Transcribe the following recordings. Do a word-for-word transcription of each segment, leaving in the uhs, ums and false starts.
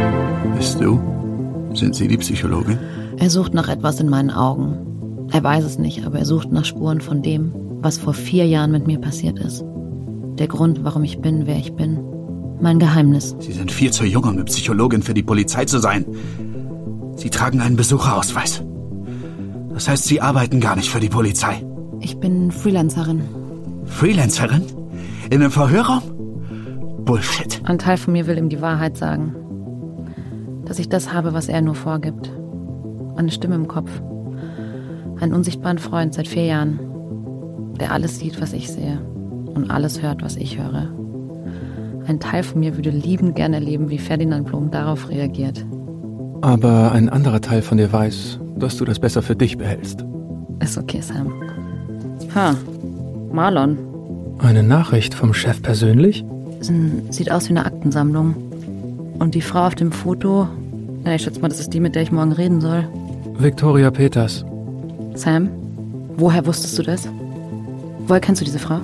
Bist du? Sind Sie die Psychologin? Er sucht nach etwas in meinen Augen. Er weiß es nicht, aber er sucht nach Spuren von dem, was vor vier Jahren mit mir passiert ist. Der Grund, warum ich bin, wer ich bin. Mein Geheimnis. Sie sind viel zu jung, um eine Psychologin für die Polizei zu sein. Sie tragen einen Besucherausweis. Das heißt, Sie arbeiten gar nicht für die Polizei. Ich bin Freelancerin. Freelancerin? In einem Verhörraum? Bullshit. Ein Teil von mir will ihm die Wahrheit sagen. Dass ich das habe, was er nur vorgibt. Eine Stimme im Kopf. Einen unsichtbaren Freund seit vier Jahren. Der alles sieht, was ich sehe. Und alles hört, was ich höre. Ein Teil von mir würde liebend gerne erleben, wie Ferdinand Blom darauf reagiert. Aber ein anderer Teil von dir weiß, dass du das besser für dich behältst. Ist okay, Sam. Ha, Marlon. Eine Nachricht vom Chef persönlich? Sieht aus wie eine Aktensammlung. Und die Frau auf dem Foto, na, ich schätze mal, das ist die, mit der ich morgen reden soll. Victoria Peters. Sam, woher wusstest du das? Woher kennst du diese Frau?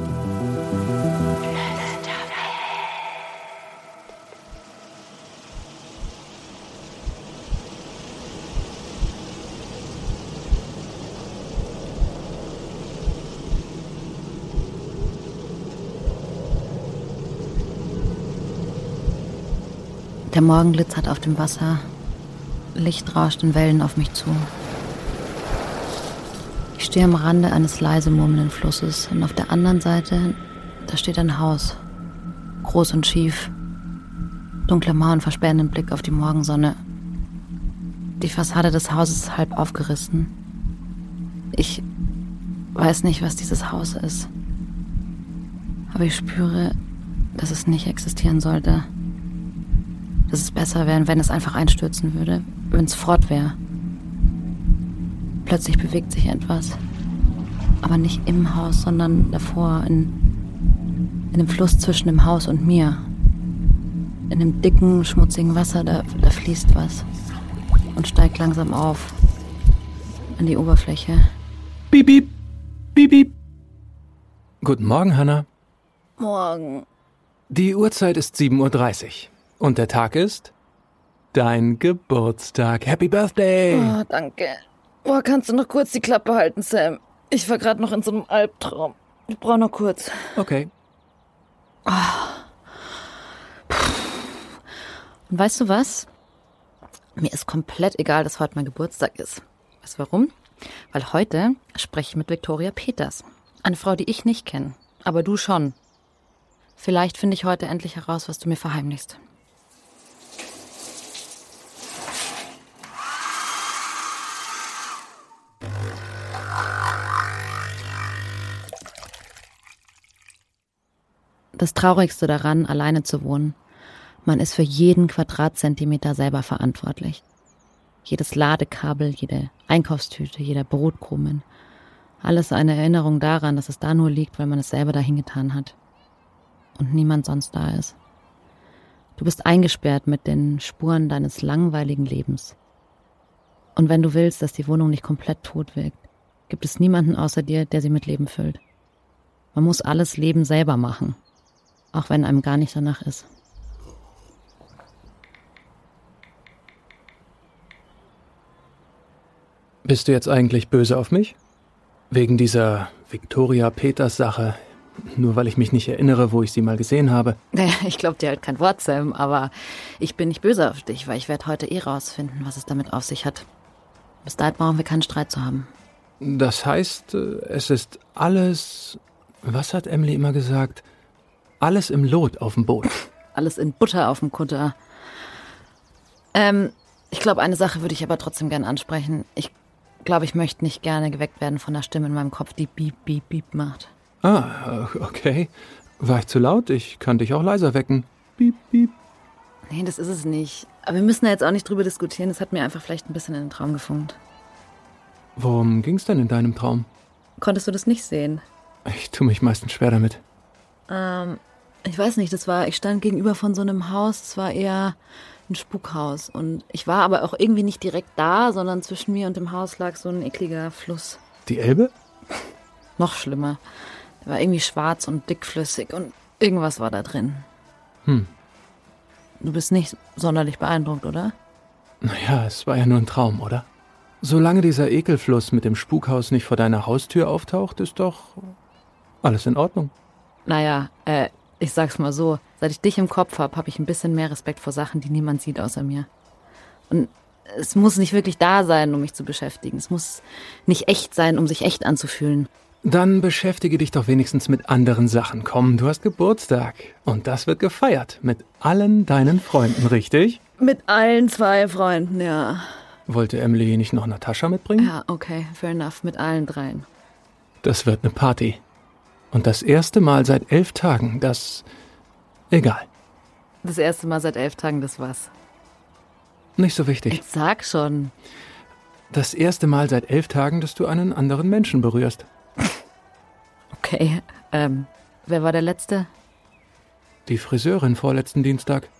Der Morgen glitzert auf dem Wasser. Licht rauscht in Wellen auf mich zu. Ich stehe am Rande eines leise murmelnden Flusses und auf der anderen Seite, da steht ein Haus. Groß und schief. Dunkle Mauern versperren den Blick auf die Morgensonne. Die Fassade des Hauses ist halb aufgerissen. Ich weiß nicht, was dieses Haus ist. Aber ich spüre, dass es nicht existieren sollte. Dass es besser wäre, wenn es einfach einstürzen würde, wenn es fort wäre. Plötzlich bewegt sich etwas. Aber nicht im Haus, sondern davor, in, in dem Fluss zwischen dem Haus und mir. In dem dicken, schmutzigen Wasser, da, da fließt was. Und steigt langsam auf. An die Oberfläche. Piep, piep, piep, piep. Guten Morgen, Hannah. Morgen. Die Uhrzeit ist sieben Uhr dreißig. Und der Tag ist dein Geburtstag. Happy Birthday! Oh, danke. Boah, kannst du noch kurz die Klappe halten, Sam? Ich war gerade noch in so einem Albtraum. Ich brauche noch kurz. Okay. Oh. Und weißt du was? Mir ist komplett egal, dass heute mein Geburtstag ist. Weißt du warum? Weil heute spreche ich mit Victoria Peters. Eine Frau, die ich nicht kenne. Aber du schon. Vielleicht finde ich heute endlich heraus, was du mir verheimlichst. Das Traurigste daran, alleine zu wohnen, man ist für jeden Quadratzentimeter selber verantwortlich. Jedes Ladekabel, jede Einkaufstüte, jeder Brotkrumen. Alles eine Erinnerung daran, dass es da nur liegt, weil man es selber dahin getan hat. Und niemand sonst da ist. Du bist eingesperrt mit den Spuren deines langweiligen Lebens. Und wenn du willst, dass die Wohnung nicht komplett tot wirkt, gibt es niemanden außer dir, der sie mit Leben füllt. Man muss alles Leben selber machen. Auch wenn einem gar nicht danach ist. Bist du jetzt eigentlich böse auf mich? Wegen dieser Victoria Peters Sache? Nur weil ich mich nicht erinnere, wo ich sie mal gesehen habe? Naja, ich glaube dir halt kein Wort, Sam, aber ich bin nicht böse auf dich, weil ich werde heute eh rausfinden, was es damit auf sich hat. Bis dahin brauchen wir keinen Streit zu haben. Das heißt, es ist alles... Was hat Emily immer gesagt? Alles im Lot auf dem Boot. Alles in Butter auf dem Kutter. Ähm, ich glaube, eine Sache würde ich aber trotzdem gerne ansprechen. Ich glaube, ich möchte nicht gerne geweckt werden von der Stimme in meinem Kopf, die Beep, Beep, Beep macht. Ah, okay. War ich zu laut? Ich kann dich auch leiser wecken. Beep, beep. Nee, das ist es nicht. Aber wir müssen da jetzt auch nicht drüber diskutieren. Das hat mir einfach vielleicht ein bisschen in den Traum gefunkt. Worum ging's denn in deinem Traum? Konntest du das nicht sehen? Ich tue mich meistens schwer damit. Ähm, ich weiß nicht, das war, ich stand gegenüber von so einem Haus, es war eher ein Spukhaus. Und ich war aber auch irgendwie nicht direkt da, sondern zwischen mir und dem Haus lag so ein ekliger Fluss. Die Elbe? Noch schlimmer. Der war irgendwie schwarz und dickflüssig und irgendwas war da drin. Hm. Du bist nicht sonderlich beeindruckt, oder? Naja, es war ja nur ein Traum, oder? Solange dieser Ekelfluss mit dem Spukhaus nicht vor deiner Haustür auftaucht, ist doch alles in Ordnung. Naja, äh, ich sag's mal so, seit ich dich im Kopf hab, hab ich ein bisschen mehr Respekt vor Sachen, die niemand sieht außer mir. Und es muss nicht wirklich da sein, um mich zu beschäftigen. Es muss nicht echt sein, um sich echt anzufühlen. Dann beschäftige dich doch wenigstens mit anderen Sachen. Komm, du hast Geburtstag. Und das wird gefeiert. Mit allen deinen Freunden, richtig? Mit allen zwei Freunden, ja. Wollte Emily nicht noch Natascha mitbringen? Ja, okay, fair enough. Mit allen dreien. Das wird eine Party. Und das erste Mal seit elf Tagen, das... Egal. Das erste Mal seit elf Tagen, das was? Nicht so wichtig. Jetzt sag schon. Das erste Mal seit elf Tagen, dass du einen anderen Menschen berührst. Okay, ähm, wer war der Letzte? Die Friseurin vorletzten Dienstag.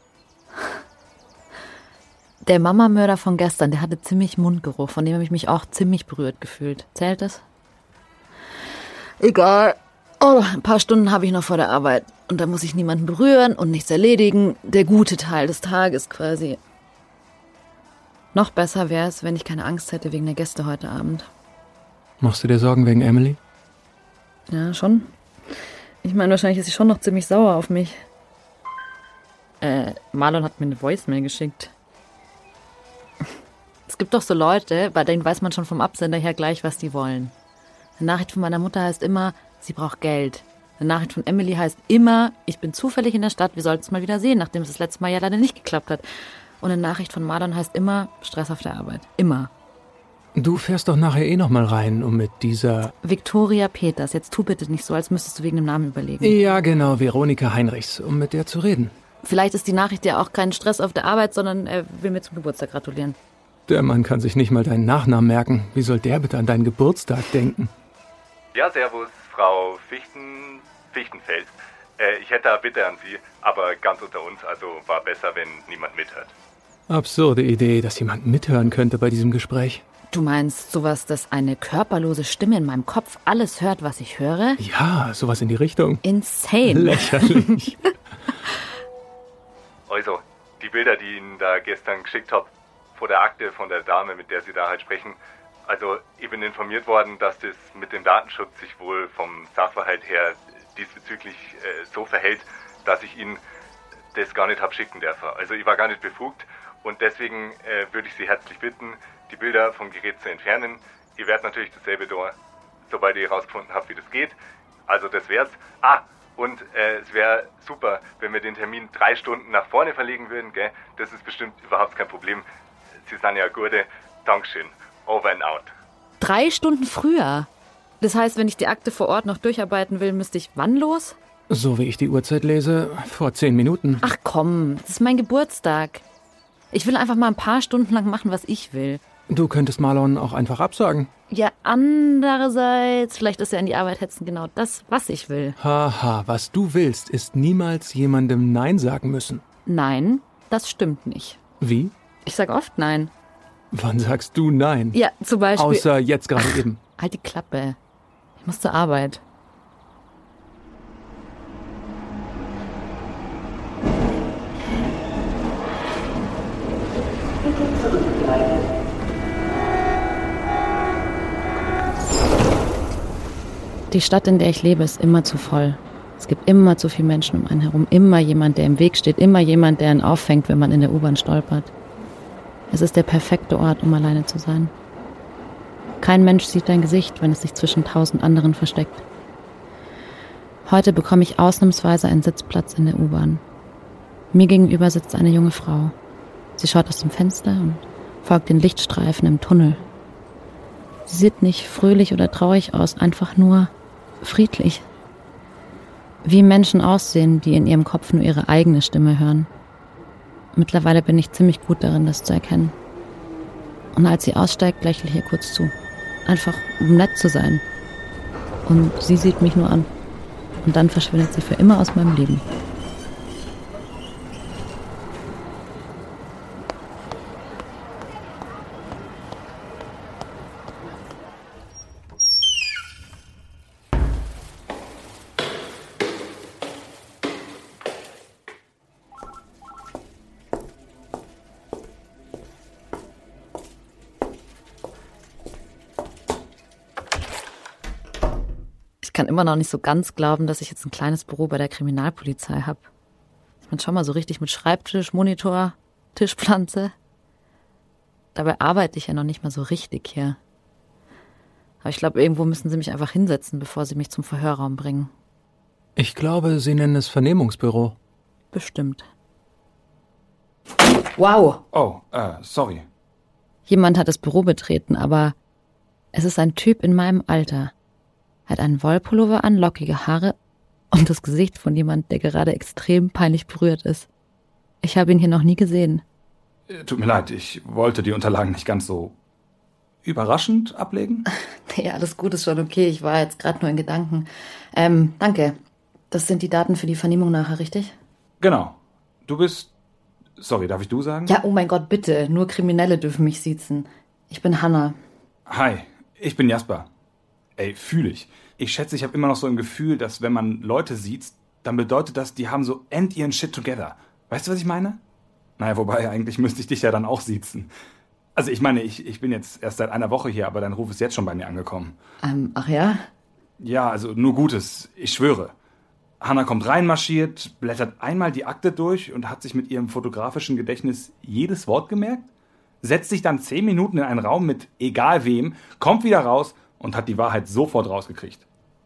Der Mamamörder von gestern, der hatte ziemlich Mundgeruch, von dem habe ich mich auch ziemlich berührt gefühlt. Zählt das? Egal. Oh, ein paar Stunden habe ich noch vor der Arbeit. Und da muss ich niemanden berühren und nichts erledigen. Der gute Teil des Tages quasi. Noch besser wäre es, wenn ich keine Angst hätte wegen der Gäste heute Abend. Machst du dir Sorgen wegen Emily? Ja, schon. Ich meine, wahrscheinlich ist sie schon noch ziemlich sauer auf mich. Äh, Marlon hat mir eine Voicemail geschickt. Es gibt doch so Leute, bei denen weiß man schon vom Absender her gleich, was die wollen. Eine Nachricht von meiner Mutter heißt immer, sie braucht Geld. Eine Nachricht von Emily heißt immer, ich bin zufällig in der Stadt, wir sollten es mal wieder sehen, nachdem es das letzte Mal ja leider nicht geklappt hat. Und eine Nachricht von Marlon heißt immer, Stress auf der Arbeit. Immer. Du fährst doch nachher eh noch mal rein, um mit dieser... Victoria Peters, jetzt tu bitte nicht so, als müsstest du wegen dem Namen überlegen. Ja, genau, Veronika Heinrichs, um mit der zu reden. Vielleicht ist die Nachricht ja auch kein Stress auf der Arbeit, sondern er will mir zum Geburtstag gratulieren. Der Mann kann sich nicht mal deinen Nachnamen merken. Wie soll der bitte an deinen Geburtstag denken? Ja, servus, Frau Fichten, Fichtenfels. Äh, ich hätte eine Bitte an Sie, aber ganz unter uns, also war besser, wenn niemand mithört. Absurde Idee, dass jemand mithören könnte bei diesem Gespräch. Du meinst sowas, dass eine körperlose Stimme in meinem Kopf alles hört, was ich höre? Ja, sowas in die Richtung. Insane. Lächerlich. Also, die Bilder, die ich Ihnen da gestern geschickt habe, vor der Akte von der Dame, mit der Sie da halt sprechen. Also, ich bin informiert worden, dass das mit dem Datenschutz sich wohl vom Sachverhalt her diesbezüglich äh, so verhält, dass ich Ihnen das gar nicht hab schicken dürfen. Also, ich war gar nicht befugt und deswegen äh, würde ich Sie herzlich bitten, die Bilder vom Gerät zu entfernen. Ich werde natürlich dasselbe tun, sobald ich herausgefunden habe, wie das geht. Also, das wär's. Ah, und äh, es wäre super, wenn wir den Termin drei Stunden nach vorne verlegen würden, gell? Das ist bestimmt überhaupt kein Problem. Sie sind ja gute. Dankeschön. Over and out. Drei Stunden früher? Das heißt, wenn ich die Akte vor Ort noch durcharbeiten will, müsste ich wann los? So wie ich die Uhrzeit lese, vor zehn Minuten. Ach komm, das ist mein Geburtstag. Ich will einfach mal ein paar Stunden lang machen, was ich will. Du könntest Marlon auch einfach absagen. Ja, andererseits, vielleicht ist ja in die Arbeit hetzen genau das, was ich will. Haha, was du willst, ist niemals jemandem Nein sagen müssen. Nein, das stimmt nicht. Wie? Ich sag oft Nein. Wann sagst du Nein? Ja, zum Beispiel... Außer jetzt gerade eben. Halt die Klappe. Ich muss zur Arbeit. Die Stadt, in der ich lebe, ist immer zu voll. Es gibt immer zu viele Menschen um einen herum. Immer jemand, der im Weg steht. Immer jemand, der einen auffängt, wenn man in der U-Bahn stolpert. Es ist der perfekte Ort, um alleine zu sein. Kein Mensch sieht dein Gesicht, wenn es sich zwischen tausend anderen versteckt. Heute bekomme ich ausnahmsweise einen Sitzplatz in der U-Bahn. Mir gegenüber sitzt eine junge Frau. Sie schaut aus dem Fenster und folgt den Lichtstreifen im Tunnel. Sie sieht nicht fröhlich oder traurig aus, einfach nur friedlich. Wie Menschen aussehen, die in ihrem Kopf nur ihre eigene Stimme hören. Mittlerweile bin ich ziemlich gut darin, das zu erkennen. Und als sie aussteigt, lächle ich ihr kurz zu. Einfach, um nett zu sein. Und sie sieht mich nur an. Und dann verschwindet sie für immer aus meinem Leben. kann immer noch nicht so ganz glauben, dass ich jetzt ein kleines Büro bei der Kriminalpolizei habe. Ich meine, schon mal so richtig mit Schreibtisch, Monitor, Tischpflanze. Dabei arbeite ich ja noch nicht mal so richtig hier. Aber ich glaube, irgendwo müssen sie mich einfach hinsetzen, bevor sie mich zum Verhörraum bringen. Ich glaube, Sie nennen es Vernehmungsbüro. Bestimmt. Wow! Oh, äh, sorry. Jemand hat das Büro betreten, aber es ist ein Typ in meinem Alter. Er hat einen Wollpullover an, lockige Haare und das Gesicht von jemand, der gerade extrem peinlich berührt ist. Ich habe ihn hier noch nie gesehen. Tut mir leid, ich wollte die Unterlagen nicht ganz so überraschend ablegen. Nee, alles gut, ist schon okay. Ich war jetzt gerade nur in Gedanken. Ähm, danke. Das sind die Daten für die Vernehmung nachher, richtig? Genau. Du bist... Sorry, darf ich du sagen? Ja, oh mein Gott, bitte. Nur Kriminelle dürfen mich siezen. Ich bin Hannah. Hi, ich bin Jasper. Ey, fühle ich. Ich schätze, ich habe immer noch so ein Gefühl, dass wenn man Leute sieht, dann bedeutet das, die haben so end ihren Shit together. Weißt du, was ich meine? Naja, wobei, eigentlich müsste ich dich ja dann auch siezen. Also ich meine, ich, ich bin jetzt erst seit einer Woche hier, aber dein Ruf ist jetzt schon bei mir angekommen. Ähm, ach ja? Ja, also nur Gutes, ich schwöre. Hannah kommt reinmarschiert, blättert einmal die Akte durch und hat sich mit ihrem fotografischen Gedächtnis jedes Wort gemerkt, setzt sich dann zehn Minuten in einen Raum mit egal wem, kommt wieder raus und hat die Wahrheit sofort rausgekriegt.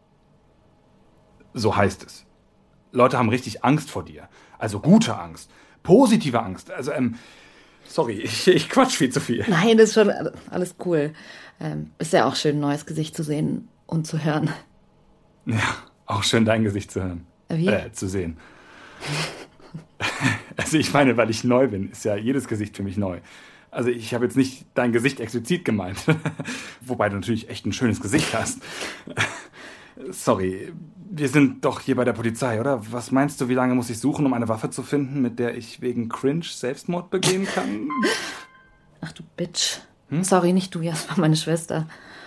So heißt es. Leute haben richtig Angst vor dir. Also gute Angst. Positive Angst. Also, ähm, sorry, ich, ich quatsch viel zu viel. Nein, das ist schon alles cool. Ähm, ist ja auch schön, ein neues Gesicht zu sehen und zu hören. Ja, auch schön dein Gesicht zu hören. Wie? Äh, zu sehen. Also ich meine, weil ich neu bin, ist ja jedes Gesicht für mich neu. Also ich habe jetzt nicht dein Gesicht explizit gemeint. Wobei du natürlich echt ein schönes Gesicht hast. Sorry, wir sind doch hier bei der Polizei, oder? Was meinst du, wie lange muss ich suchen, um eine Waffe zu finden, mit der ich wegen Cringe Selbstmord begehen kann? Ach du Bitch. Hm? Sorry, nicht du, Jasper, meine Schwester.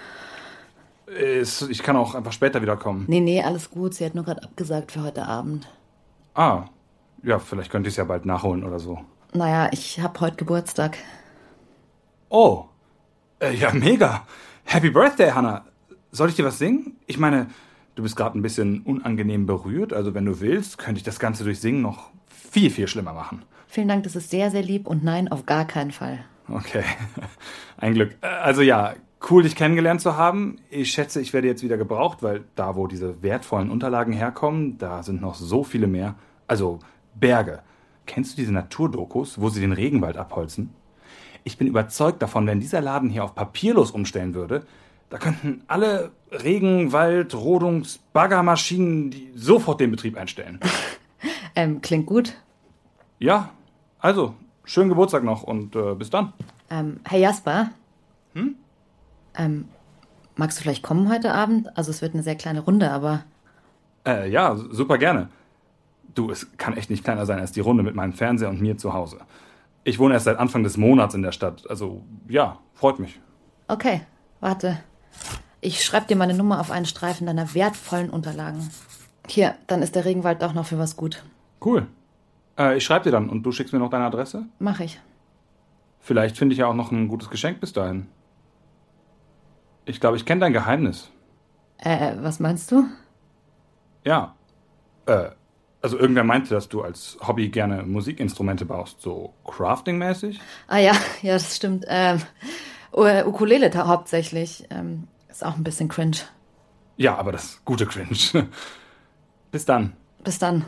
Ich kann auch einfach später wiederkommen. Nee, nee, alles gut. Sie hat nur gerade abgesagt für heute Abend. Ah, ja, vielleicht könnte ich es ja bald nachholen oder so. Naja, ich habe heute Geburtstag. Oh, äh, ja, mega. Happy Birthday, Hannah. Soll ich dir was singen? Ich meine, du bist gerade ein bisschen unangenehm berührt. Also wenn du willst, könnte ich das Ganze durch Singen noch viel, viel schlimmer machen. Vielen Dank, das ist sehr, sehr lieb. Und nein, auf gar keinen Fall. Okay, ein Glück. Also ja, cool, dich kennengelernt zu haben. Ich schätze, ich werde jetzt wieder gebraucht, weil da, wo diese wertvollen Unterlagen herkommen, da sind noch so viele mehr. Also Berge. Kennst du diese Naturdokus, wo sie den Regenwald abholzen? Ich bin überzeugt davon, wenn dieser Laden hier auf papierlos umstellen würde, da könnten alle Regen-, Wald-, Rodungs-, Baggermaschinen die sofort den Betrieb einstellen. ähm, klingt gut. Ja, also, schönen Geburtstag noch und äh, bis dann. Ähm, hey Jasper. Hm? Ähm, magst du vielleicht kommen heute Abend? Also es wird eine sehr kleine Runde, aber... Äh, ja, super gerne. Du, es kann echt nicht kleiner sein als die Runde mit meinem Fernseher und mir zu Hause. Ich wohne erst seit Anfang des Monats in der Stadt, also ja, freut mich. Okay, warte. Ich schreibe dir meine Nummer auf einen Streifen deiner wertvollen Unterlagen. Hier, dann ist der Regenwald doch noch für was gut. Cool. Äh, ich schreibe dir dann und du schickst mir noch deine Adresse? Mach ich. Vielleicht finde ich ja auch noch ein gutes Geschenk bis dahin. Ich glaube, ich kenne dein Geheimnis. Äh, was meinst du? Ja. Äh, also irgendwer meinte, dass du als Hobby gerne Musikinstrumente baust, so Crafting-mäßig? Ah ja, ja, das stimmt. Ähm, Ukulele hauptsächlich. Ähm, ist auch ein bisschen cringe. Ja, aber das gute Cringe. Bis dann. Bis dann.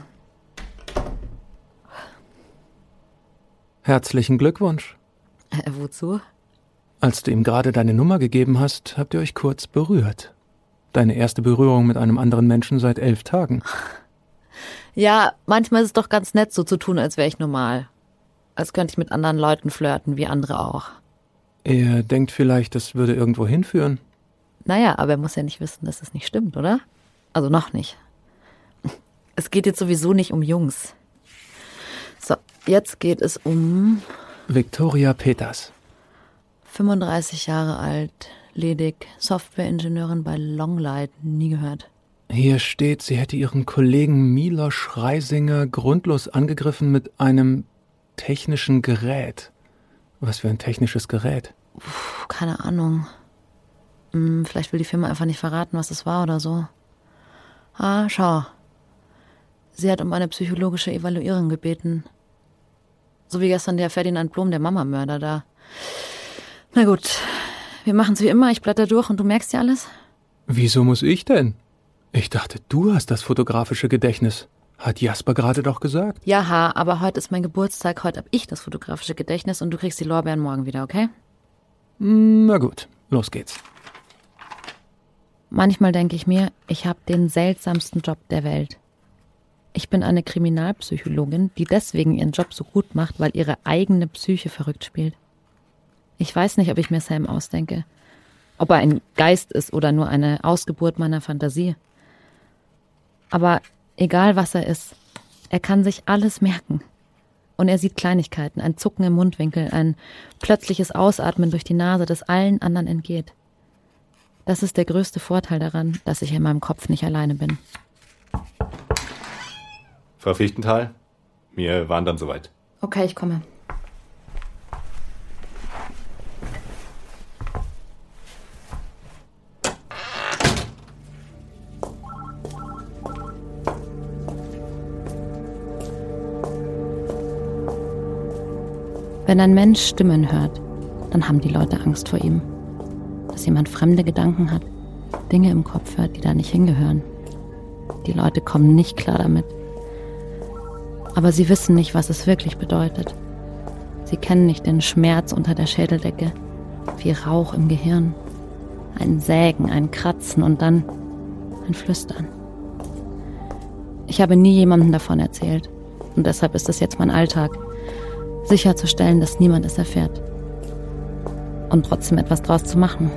Herzlichen Glückwunsch. Äh, wozu? Als du ihm gerade deine Nummer gegeben hast, habt ihr euch kurz berührt. Deine erste Berührung mit einem anderen Menschen seit elf Tagen. Ja, manchmal ist es doch ganz nett, so zu tun, als wäre ich normal. Als könnte ich mit anderen Leuten flirten, wie andere auch. Er denkt vielleicht, das würde irgendwo hinführen. Naja, aber er muss ja nicht wissen, dass es nicht stimmt, oder? Also noch nicht. Es geht jetzt sowieso nicht um Jungs. So, jetzt geht es um... Victoria Peters. fünfunddreißig Jahre alt, ledig, Softwareingenieurin bei Longlight, nie gehört. Hier steht, sie hätte ihren Kollegen Miloš Reisinger grundlos angegriffen mit einem technischen Gerät. Was für ein technisches Gerät? Puh, keine Ahnung. Hm, vielleicht will die Firma einfach nicht verraten, was es war oder so. Ah, schau. Sie hat um eine psychologische Evaluierung gebeten. So wie gestern der Ferdinand Blom, der Mamamörder da. Na gut, wir machen's wie immer. Ich blätter durch und du merkst dir alles? Wieso muss ich denn? Ich dachte, du hast das fotografische Gedächtnis. Hat Jasper gerade doch gesagt. Jaha, aber heute ist mein Geburtstag. Heute habe ich das fotografische Gedächtnis und du kriegst die Lorbeeren morgen wieder, okay? Na gut, los geht's. Manchmal denke ich mir, ich habe den seltsamsten Job der Welt. Ich bin eine Kriminalpsychologin, die deswegen ihren Job so gut macht, weil ihre eigene Psyche verrückt spielt. Ich weiß nicht, ob ich mir Sam ausdenke. Ob er ein Geist ist oder nur eine Ausgeburt meiner Fantasie. Aber egal was er ist, er kann sich alles merken. Und er sieht Kleinigkeiten, ein Zucken im Mundwinkel, ein plötzliches Ausatmen durch die Nase, das allen anderen entgeht. Das ist der größte Vorteil daran, dass ich in meinem Kopf nicht alleine bin. Frau Fichtenthal, wir waren dann soweit. Okay, ich komme. Wenn ein Mensch Stimmen hört, dann haben die Leute Angst vor ihm. Dass jemand fremde Gedanken hat, Dinge im Kopf hört, die da nicht hingehören. Die Leute kommen nicht klar damit. Aber sie wissen nicht, was es wirklich bedeutet. Sie kennen nicht den Schmerz unter der Schädeldecke, wie Rauch im Gehirn. Ein Sägen, ein Kratzen und dann ein Flüstern. Ich habe nie jemandem davon erzählt. Und deshalb ist es jetzt mein Alltag, sicherzustellen, dass niemand es erfährt. Und trotzdem etwas draus zu machen.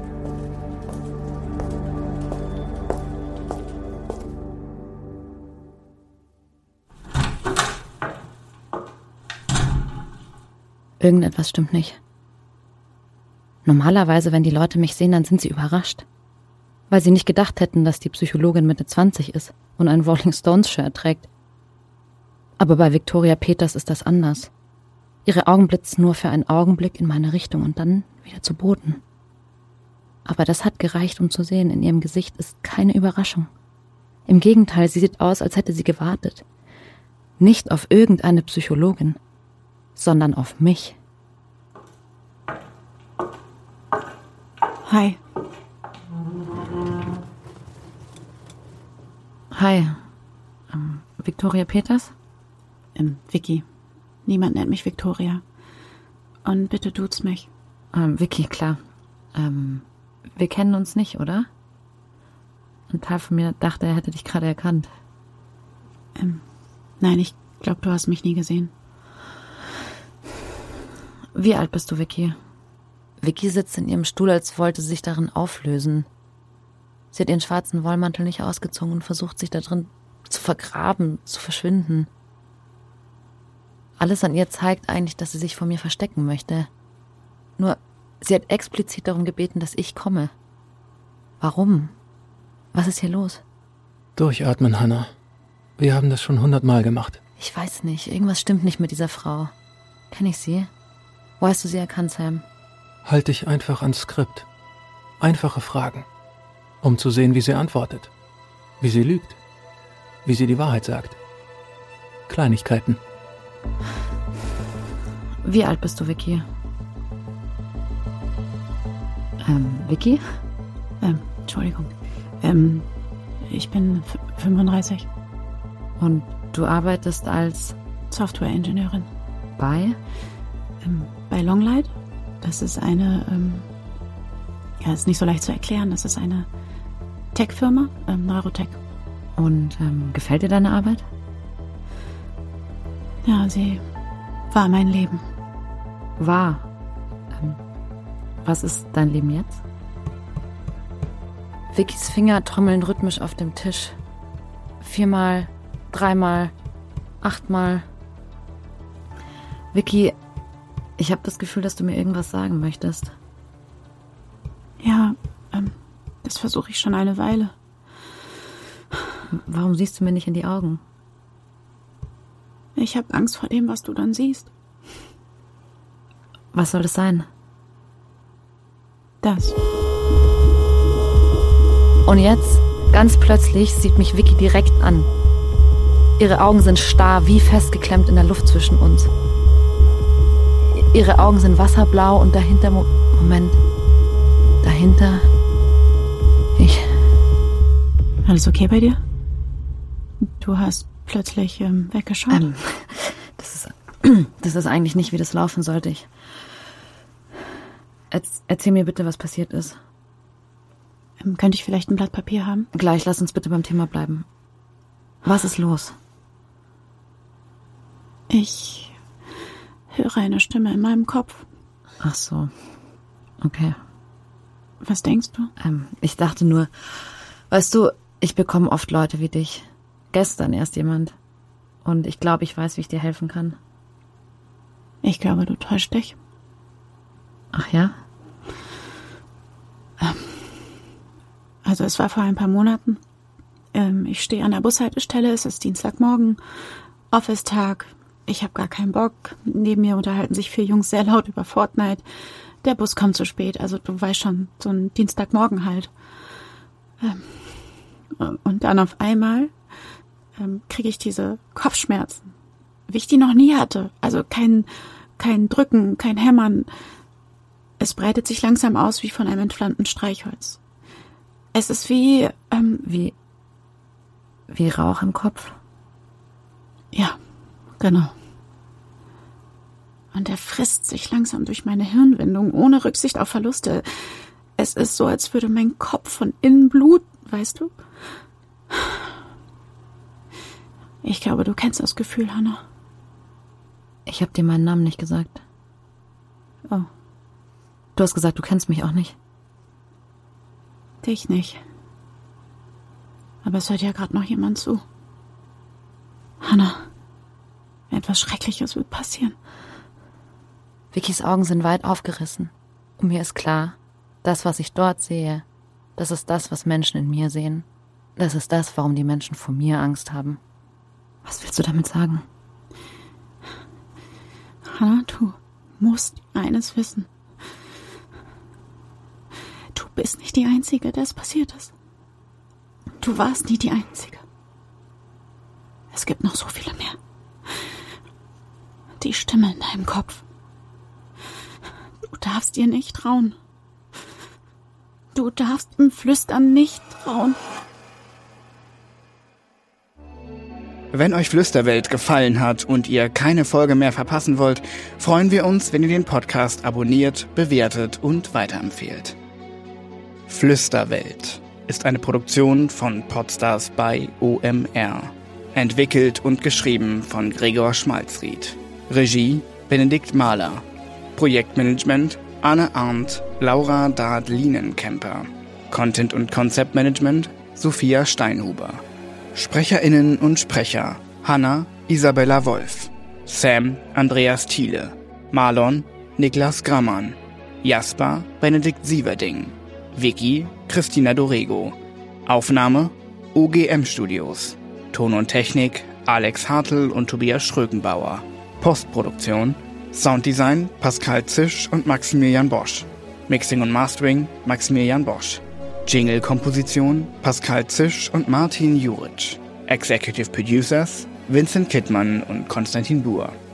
Irgendetwas stimmt nicht. Normalerweise, wenn die Leute mich sehen, dann sind sie überrascht. Weil sie nicht gedacht hätten, dass die Psychologin Mitte zwanzig ist und ein Rolling Stones-Shirt trägt. Aber bei Victoria Peters ist das anders. Ihre Augen blitzen nur für einen Augenblick in meine Richtung und dann wieder zu Boden. Aber das hat gereicht, um zu sehen, in ihrem Gesicht ist keine Überraschung. Im Gegenteil, sie sieht aus, als hätte sie gewartet. Nicht auf irgendeine Psychologin, sondern auf mich. Hi. Hi. Ähm, Victoria Peters? Ähm, Vicky. Niemand nennt mich Victoria. Und bitte duzt mich. Ähm, Vicky, klar. Ähm, wir kennen uns nicht, oder? Ein Teil von mir dachte, er hätte dich gerade erkannt. Ähm, nein, ich glaube, du hast mich nie gesehen. Wie alt bist du, Vicky? Vicky sitzt in ihrem Stuhl, als wollte sie sich darin auflösen. Sie hat ihren schwarzen Wollmantel nicht ausgezogen und versucht, sich da drin zu vergraben, zu verschwinden. Alles an ihr zeigt eigentlich, dass sie sich vor mir verstecken möchte. Nur, sie hat explizit darum gebeten, dass ich komme. Warum? Was ist hier los? Durchatmen, Hannah. Wir haben das schon hundertmal gemacht. Ich weiß nicht, irgendwas stimmt nicht mit dieser Frau. Kenn ich sie? Wo hast du sie erkannt, Sam? Halt dich einfach ans Skript. Einfache Fragen. Um zu sehen, wie sie antwortet. Wie sie lügt. Wie sie die Wahrheit sagt. Kleinigkeiten. Wie alt bist du, Vicky? Ähm, Vicky? Ähm, Entschuldigung. Ähm, ich bin f- fünfunddreißig. Und du arbeitest als Software-Ingenieurin. bei? Ähm, bei Longlight. Das ist eine, ähm, ja, ist nicht so leicht zu erklären. Das ist eine Tech-Firma, ähm, Neurotech. Und ähm, gefällt dir deine Arbeit? Ja, sie war mein Leben. War. Ähm, was ist dein Leben jetzt? Vickys Finger trommeln rhythmisch auf dem Tisch. Viermal, dreimal, achtmal. Vicky, ich habe das Gefühl, dass du mir irgendwas sagen möchtest. Ja, ähm, das versuche ich schon eine Weile. Warum siehst du mir nicht in die Augen? Ich habe Angst vor dem, was du dann siehst. Was soll das sein? Das. Und jetzt Ganz plötzlich sieht mich Vicky direkt an. Ihre Augen sind starr, wie festgeklemmt in der Luft zwischen uns. Ihre Augen sind wasserblau und dahinter... Mo- Moment. Dahinter... Ich... Alles okay bei dir? Du hast plötzlich ähm, weggeschaut? Ähm, das ist... Das ist eigentlich nicht, wie das laufen sollte. Ich... Erzähl mir bitte, was passiert ist. Ähm, könnte ich vielleicht ein Blatt Papier haben? Gleich, lass uns bitte beim Thema bleiben. Was ist los? Ich höre eine Stimme in meinem Kopf. Ach so. Okay. Was denkst du? Ähm, ich dachte nur, weißt du, ich bekomme oft Leute wie dich. Gestern erst jemand. Und ich glaube, ich weiß, wie ich dir helfen kann. Ich glaube, du täuschst dich. Ach ja? Ähm, also es war vor ein paar Monaten. Ähm, ich stehe an der Bushaltestelle, es ist Dienstagmorgen, Office-Tag. Ich habe gar keinen Bock. Neben mir unterhalten sich vier Jungs sehr laut über Fortnite. Der Bus kommt zu spät, also du weißt schon, so ein Dienstagmorgen halt. Ähm, und dann auf einmal ähm, kriege ich diese Kopfschmerzen, wie ich die noch nie hatte. Also kein, kein Drücken, kein Hämmern. Es breitet sich langsam aus wie von einem entflammten Streichholz. Es ist wie, ähm, Wie, wie Rauch im Kopf? ja, genau. Und er frisst sich langsam durch meine Hirnwindung, ohne Rücksicht auf Verluste. Es ist so, als würde mein Kopf von innen bluten, weißt du? Ich glaube, du kennst das Gefühl, Hannah. Ich habe dir meinen Namen nicht gesagt. Oh, Du hast gesagt, du kennst mich auch nicht. dich nicht. Aber es hört ja gerade noch jemand zu. Hannah, etwas Schreckliches wird passieren. Vickys Augen sind weit aufgerissen. Und mir ist klar, das, was ich dort sehe, das ist das, was Menschen in mir sehen. Das ist das, warum die Menschen vor mir Angst haben. Was willst du damit sagen? Hannah, du musst eines wissen. Du bist nicht die Einzige, der es passiert ist. Du warst nie die Einzige. Es gibt noch so viele mehr. Die Stimme in deinem Kopf. Du darfst ihr nicht trauen. Du darfst im Flüstern nicht trauen. Wenn euch Flüsterwelt gefallen hat und ihr keine Folge mehr verpassen wollt, freuen wir uns, wenn ihr den Podcast abonniert, bewertet und weiterempfehlt. Flüsterwelt ist eine Produktion von Podstars bei O M R. Entwickelt und geschrieben von Gregor Schmalzried. Regie Benedikt Mahler. Projektmanagement Anne Arndt, Laura Dard-Lienenkemper. Content- und Konzeptmanagement Sophia Steinhuber. SprecherInnen und Sprecher Hannah Isabella Wolf. Sam Andreas Thiele. Marlon Niklas Grammann. Jasper Benedikt Sieverding. Vicky Christina Dorego. Aufnahme O G M Studios. Ton und Technik Alex Hartl und Tobias Schrökenbauer. Postproduktion Sounddesign Pascal Zisch und Maximilian Bosch. Mixing und Mastering Maximilian Bosch. Jingle-Komposition Pascal Zisch und Martin Juric. Executive Producers Vincent Kittmann und Konstantin Buhr.